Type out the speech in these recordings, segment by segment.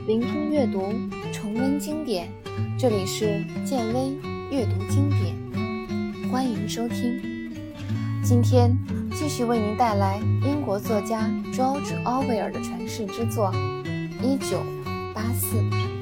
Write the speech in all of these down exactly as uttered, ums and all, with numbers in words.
聆听阅读，重温经典。这里是建威阅读经典，欢迎收听。今天继续为您带来英国作家 George Orwell 的传世之作《一九八四》。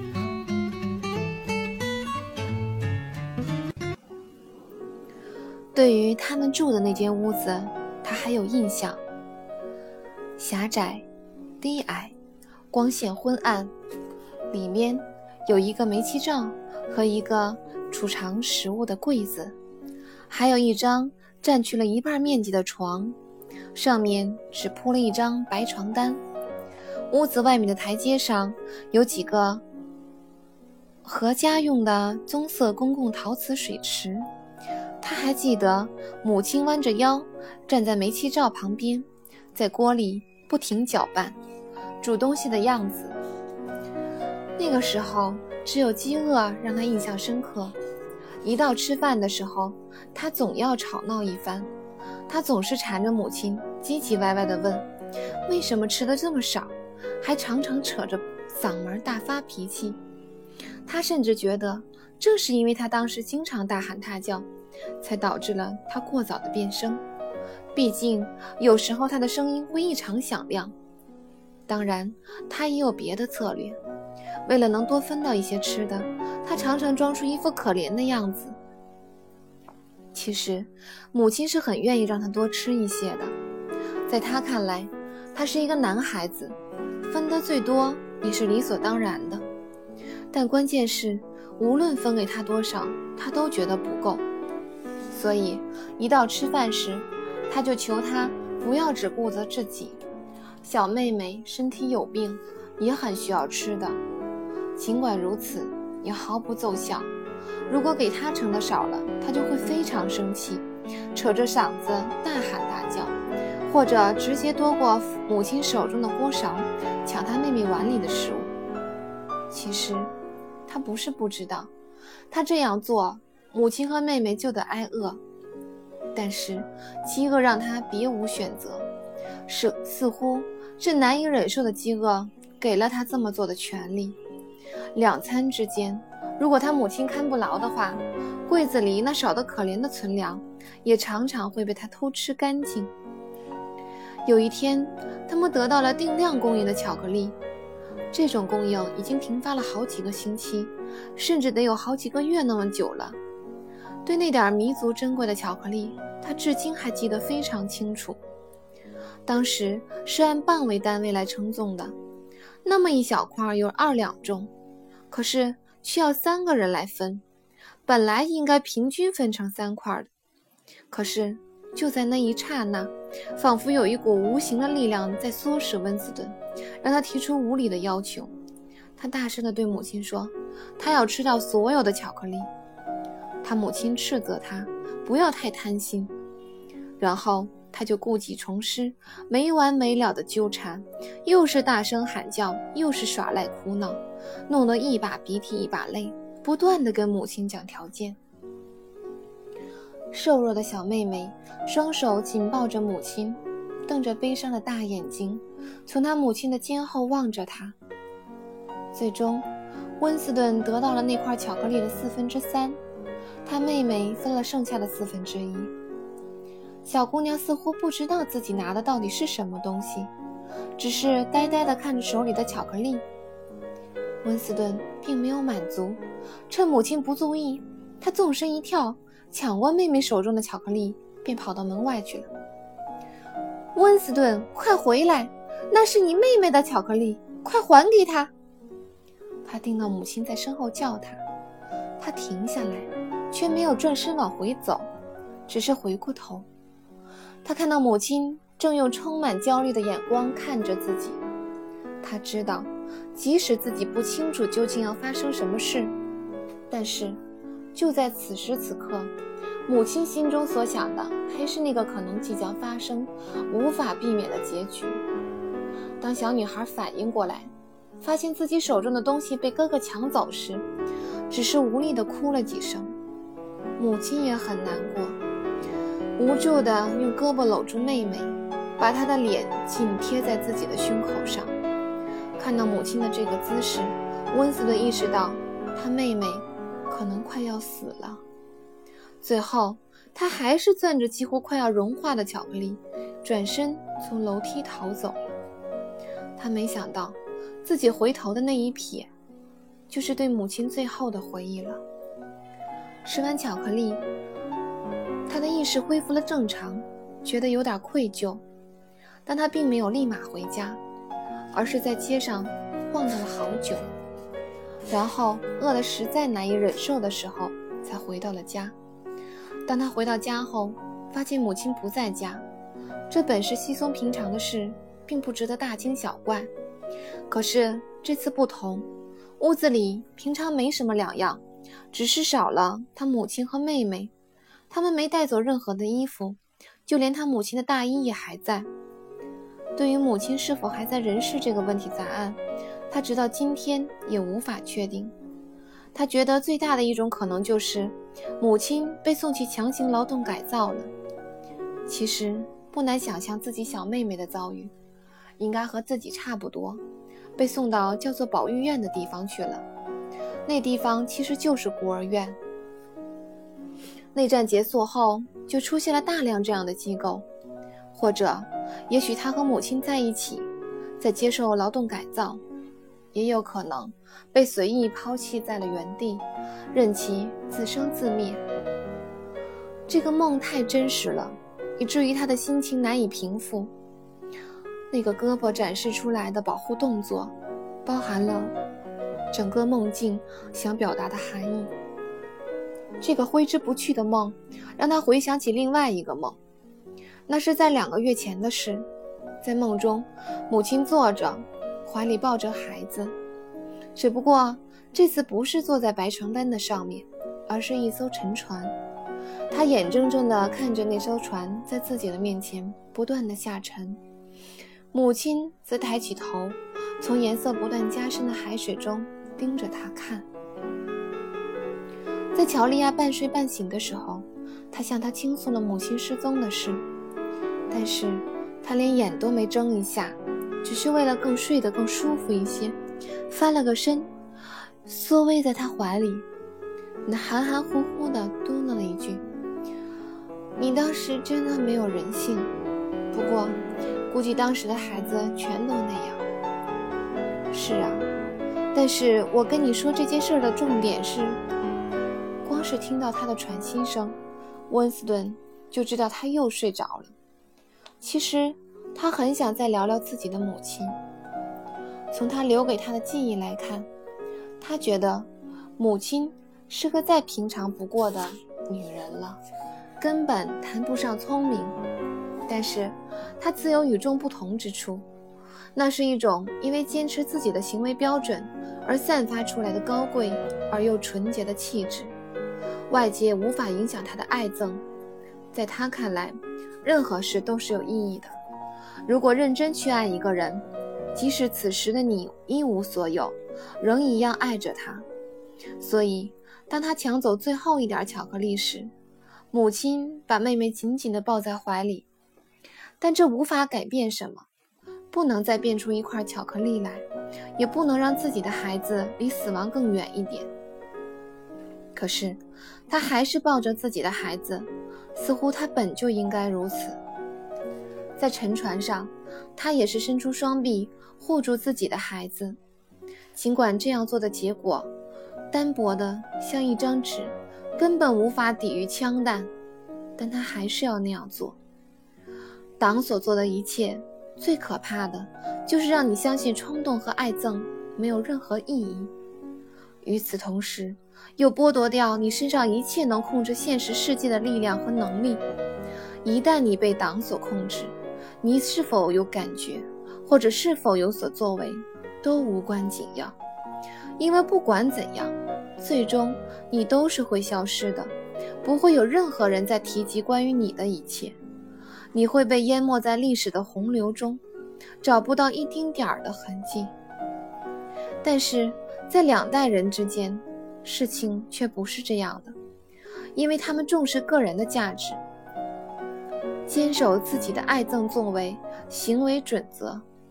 对于他们住的那间屋子，他还有印象。狭窄、低矮、光线昏暗，里面有一个煤气灶和一个储藏食物的柜子，还有一张占据了一半面积的床，上面只铺了一张白床单。屋子外面的台阶上有几个合家用的棕色公共陶瓷水池。他还记得母亲弯着腰站在煤气灶旁边，在锅里不停搅拌煮东西的样子。那个时候只有饥饿让他印象深刻，一到吃饭的时候他总要吵闹一番。他总是缠着母亲唧唧歪歪地问为什么吃的这么少，还常常扯着嗓门大发脾气。他甚至觉得正是因为他当时经常大喊大叫，才导致了他过早的变声。毕竟有时候他的声音会异常响亮。当然他也有别的策略，为了能多分到一些吃的，他常常装出一副可怜的样子。其实母亲是很愿意让他多吃一些的，在他看来他是一个男孩子，分得最多也是理所当然的。但关键是无论分给他多少，他都觉得不够。所以一到吃饭时，他就求他不要只顾着自己。小妹妹身体有病，也很需要吃的，尽管如此也毫不奏效。如果给他盛的少了，他就会非常生气，扯着嗓子大喊大叫，或者直接夺过母亲手中的锅勺，抢他妹妹碗里的食物。其实他不是不知道，他这样做母亲和妹妹就得挨饿，但是饥饿让他别无选择，是似乎这难以忍受的饥饿给了他这么做的权利。两餐之间，如果他母亲看不牢的话，柜子里那少得可怜的存粮也常常会被他偷吃干净。有一天他们得到了定量供应的巧克力，这种供应已经停发了好几个星期，甚至得有好几个月那么久了。对那点弥足珍贵的巧克力，他至今还记得非常清楚。当时是按磅为单位来称重的，那么一小块有二两重，可是需要三个人来分，本来应该平均分成三块的。可是就在那一刹那，仿佛有一股无形的力量在唆使温斯顿，让他提出无理的要求。他大声地对母亲说，他要吃掉所有的巧克力。他母亲斥责他不要太贪心，然后他就故技重施，没完没了的纠缠，又是大声喊叫，又是耍赖哭闹，弄得一把鼻涕一把泪，不断地跟母亲讲条件。瘦弱的小妹妹双手紧抱着母亲，瞪着悲伤的大眼睛，从她母亲的肩后望着她。最终温斯顿得到了那块巧克力的四分之三，她妹妹分了剩下的四分之一。小姑娘似乎不知道自己拿的到底是什么东西，只是呆呆地看着手里的巧克力。温斯顿并没有满足，趁母亲不注意，他纵身一跳，抢过妹妹手中的巧克力，便跑到门外去了。温斯顿，快回来，那是你妹妹的巧克力，快还给她。他听到母亲在身后叫他，他停下来，却没有转身往回走，只是回过头。他看到母亲正用充满焦虑的眼光看着自己。他知道即使自己不清楚究竟要发生什么事，但是就在此时此刻，母亲心中所想的还是那个可能即将发生无法避免的结局。当小女孩反应过来，发现自己手中的东西被哥哥抢走时，只是无力地哭了几声。母亲也很难过，无助地用胳膊搂住妹妹，把她的脸紧贴在自己的胸口上。 看到母亲的这个姿势，温斯顿意识到他妹妹可能快要死了。最后他还是攥着几乎快要融化的巧克力，转身从楼梯逃走了。他没想到自己回头的那一瞥，就是对母亲最后的回忆了。吃完巧克力，他的意识恢复了正常，觉得有点愧疚，但他并没有立马回家，而是在街上晃荡了好久，然后饿得实在难以忍受的时候才回到了家。当他回到家后，发现母亲不在家，这本是稀松平常的事，并不值得大惊小怪。可是这次不同，屋子里平常没什么两样，只是少了他母亲和妹妹。他们没带走任何的衣服，就连他母亲的大衣也还在。对于母亲是否还在人世这个问题答案，他直到今天也无法确定。他觉得最大的一种可能就是母亲被送去强行劳动改造了。其实不难想象自己小妹妹的遭遇，应该和自己差不多，被送到叫做保育院的地方去了。那地方其实就是孤儿院。内战结束后就出现了大量这样的机构，或者也许他和母亲在一起，在接受劳动改造，也有可能被随意抛弃在了原地，任其自生自灭。这个梦太真实了，以至于他的心情难以平复。那个胳膊展示出来的保护动作，包含了整个梦境想表达的含义。这个挥之不去的梦让他回想起另外一个梦，那是在两个月前的事。在梦中，母亲坐着，怀里抱着孩子，只不过这次不是坐在白床单的上面，而是一艘沉船。他眼睁睁地看着那艘船在自己的面前不断地下沉，母亲则抬起头，从颜色不断加深的海水中盯着他看。在乔利亚半睡半醒的时候，他向他倾诉了母亲失踪的事，但是他连眼都没睁一下，只是为了更睡得更舒服一些，翻了个身，缩偎在他怀里，那含含糊糊地嘟囔了一句：你当时真的没有人性，不过估计当时的孩子全都那样。是啊，但是我跟你说这件事的重点是……光是听到他的喘息声，温斯顿就知道他又睡着了。其实他很想再聊聊自己的母亲。从他留给他的记忆来看，他觉得母亲是个再平常不过的女人了，根本谈不上聪明，但是她自有与众不同之处，那是一种因为坚持自己的行为标准而散发出来的高贵而又纯洁的气质，外界无法影响她的爱憎。在她看来，任何事都是有意义的。如果认真去爱一个人，即使此时的你一无所有，仍一样爱着他。所以当他抢走最后一点巧克力时，母亲把妹妹紧紧地抱在怀里，但这无法改变什么，不能再变出一块巧克力来，也不能让自己的孩子离死亡更远一点。可是他还是抱着自己的孩子，似乎他本就应该如此。在沉船上，他也是伸出双臂护住自己的孩子，尽管这样做的结果单薄的像一张纸，根本无法抵御枪弹，但他还是要那样做。党所做的一切，最可怕的就是让你相信冲动和爱憎没有任何意义，与此同时又剥夺掉你身上一切能控制现实世界的力量和能力。一旦你被党所控制，你是否有感觉，或者是否有所作为，都无关紧要。因为不管怎样，最终你都是会消失的，不会有任何人在提及关于你的一切。你会被淹没在历史的洪流中，找不到一丁点儿的痕迹。但是在两代人之间，事情却不是这样的，因为他们重视个人的价值，坚守自己的爱憎作为行为准则。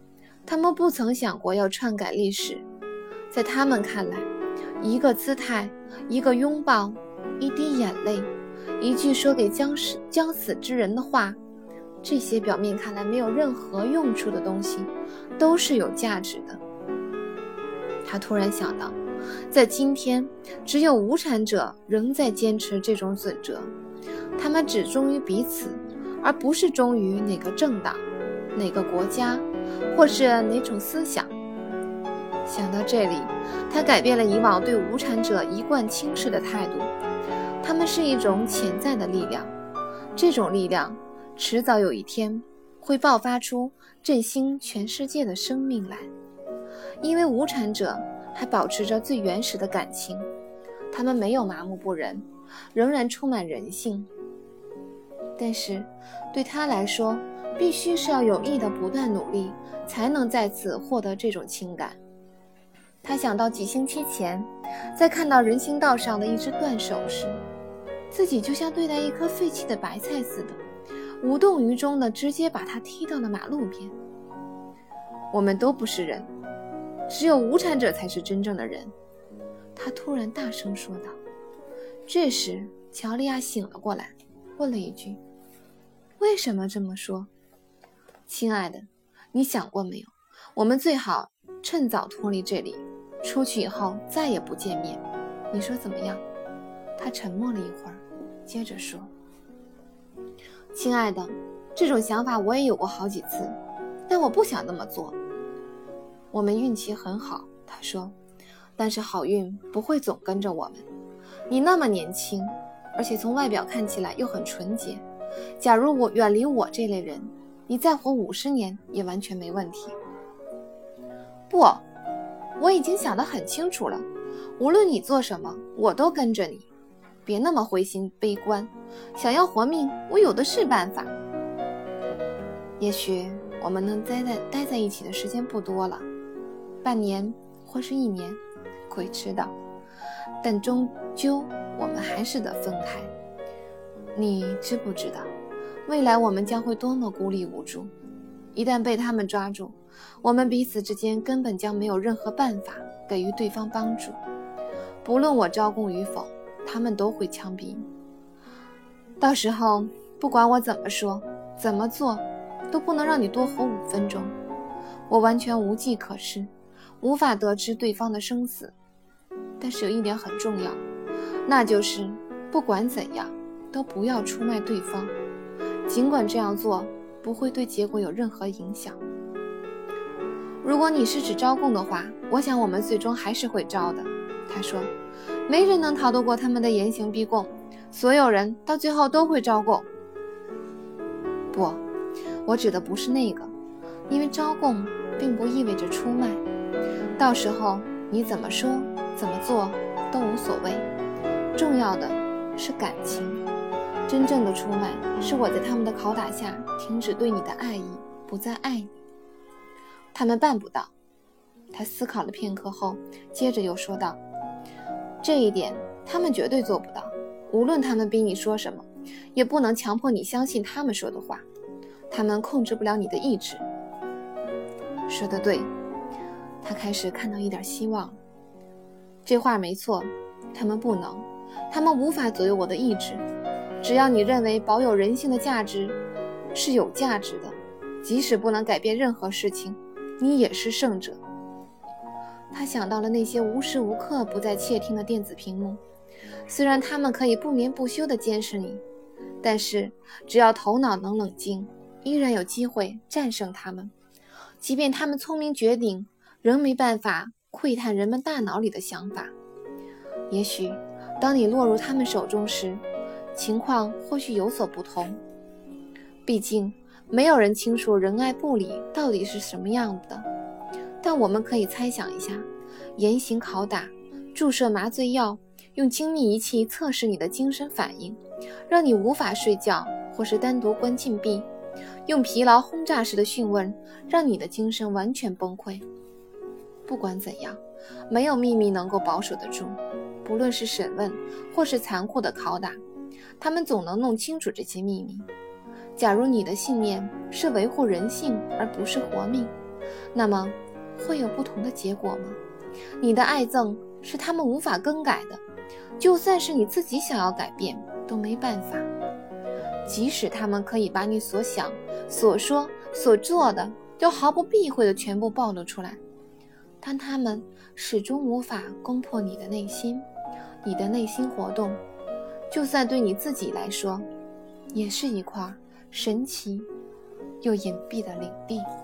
他们不曾想过要篡改历史，在他们看来，一个姿态，一个拥抱，一滴眼泪，一句说给将死将死之人的话，这些表面看来没有任何用处的东西，都是有价值的。他突然想到，在今天，只有无产者仍在坚持这种准则，他们只忠于彼此，而不是忠于哪个政党、哪个国家，或是哪种思想。想到这里，他改变了以往对无产者一贯轻视的态度。他们是一种潜在的力量，这种力量迟早有一天会爆发出振兴全世界的生命来。因为无产者还保持着最原始的感情，他们没有麻木不仁，仍然充满人性。但是对他来说，必须是要有意的不断努力，才能再次获得这种情感。他想到几星期前，在看到人行道上的一只断手时，自己就像对待一颗废弃的白菜似的，无动于衷地直接把它踢到了马路边。我们都不是人，只有无产者才是真正的人，他突然大声说道。这时乔利亚醒了过来，问了一句，为什么这么说？亲爱的，你想过没有，我们最好趁早脱离这里，出去以后再也不见面，你说怎么样？他沉默了一会儿，接着说，亲爱的，这种想法我也有过好几次，但我不想那么做。我们运气很好，他说，但是好运不会总跟着我们。你那么年轻，而且从外表看起来又很纯洁，假如我远离我这类人，你再活五十年也完全没问题。不，我已经想得很清楚了，无论你做什么，我都跟着你。别那么灰心悲观，想要活命，我有的是办法。也许我们能待在待在一起的时间不多了，半年或是一年，鬼知道，但终究我们还是得分开。你知不知道，未来我们将会多么孤立无助？一旦被他们抓住，我们彼此之间根本将没有任何办法给予对方帮助。不论我招供与否，他们都会枪毙你。到时候不管我怎么说怎么做，都不能让你多活五分钟。我完全无计可施，无法得知对方的生死。但是有一点很重要，那就是不管怎样都不要出卖对方，尽管这样做不会对结果有任何影响。如果你是指招供的话，我想我们最终还是会招的。他说，没人能逃得过他们的严刑逼供，所有人到最后都会招供。不，我指的不是那个，因为招供并不意味着出卖，到时候你怎么说怎么做都无所谓，重要的是感情。真正的出卖是我在他们的拷打下停止对你的爱意，不再爱你。他们办不到。他思考了片刻后，接着又说道，这一点他们绝对做不到，无论他们逼你说什么，也不能强迫你相信他们说的话，他们控制不了你的意志。说得对，他开始看到一点希望了。这话没错，他们不能，他们无法左右我的意志。只要你认为保有人性的价值是有价值的，即使不能改变任何事情，你也是胜者。他想到了那些无时无刻不在窃听的电子屏幕，虽然他们可以不眠不休地监视你，但是只要头脑能冷静，依然有机会战胜他们。即便他们聪明绝顶，仍没办法窥探人们大脑里的想法。也许当你落入他们手中时，情况或许有所不同。毕竟没有人清楚仁爱部里到底是什么样的，但我们可以猜想一下，严刑拷打，注射麻醉药，用精密仪器测试你的精神反应，让你无法睡觉，或是单独关禁闭，用疲劳轰炸式的讯问，让你的精神完全崩溃。不管怎样，没有秘密能够保守得住，不论是审问或是残酷的拷打，他们总能弄清楚这些秘密。假如你的信念是维护人性而不是活命， 那么会有不同的结果吗？你的爱憎是他们无法更改的，就算是你自己想要改变都没办法。即使他们可以把你所想、所说、所做的都毫不避讳地全部暴露出来，但他们始终无法攻破你的内心。你的内心活动，就算对你自己来说，也是一块神奇又隐蔽的领地。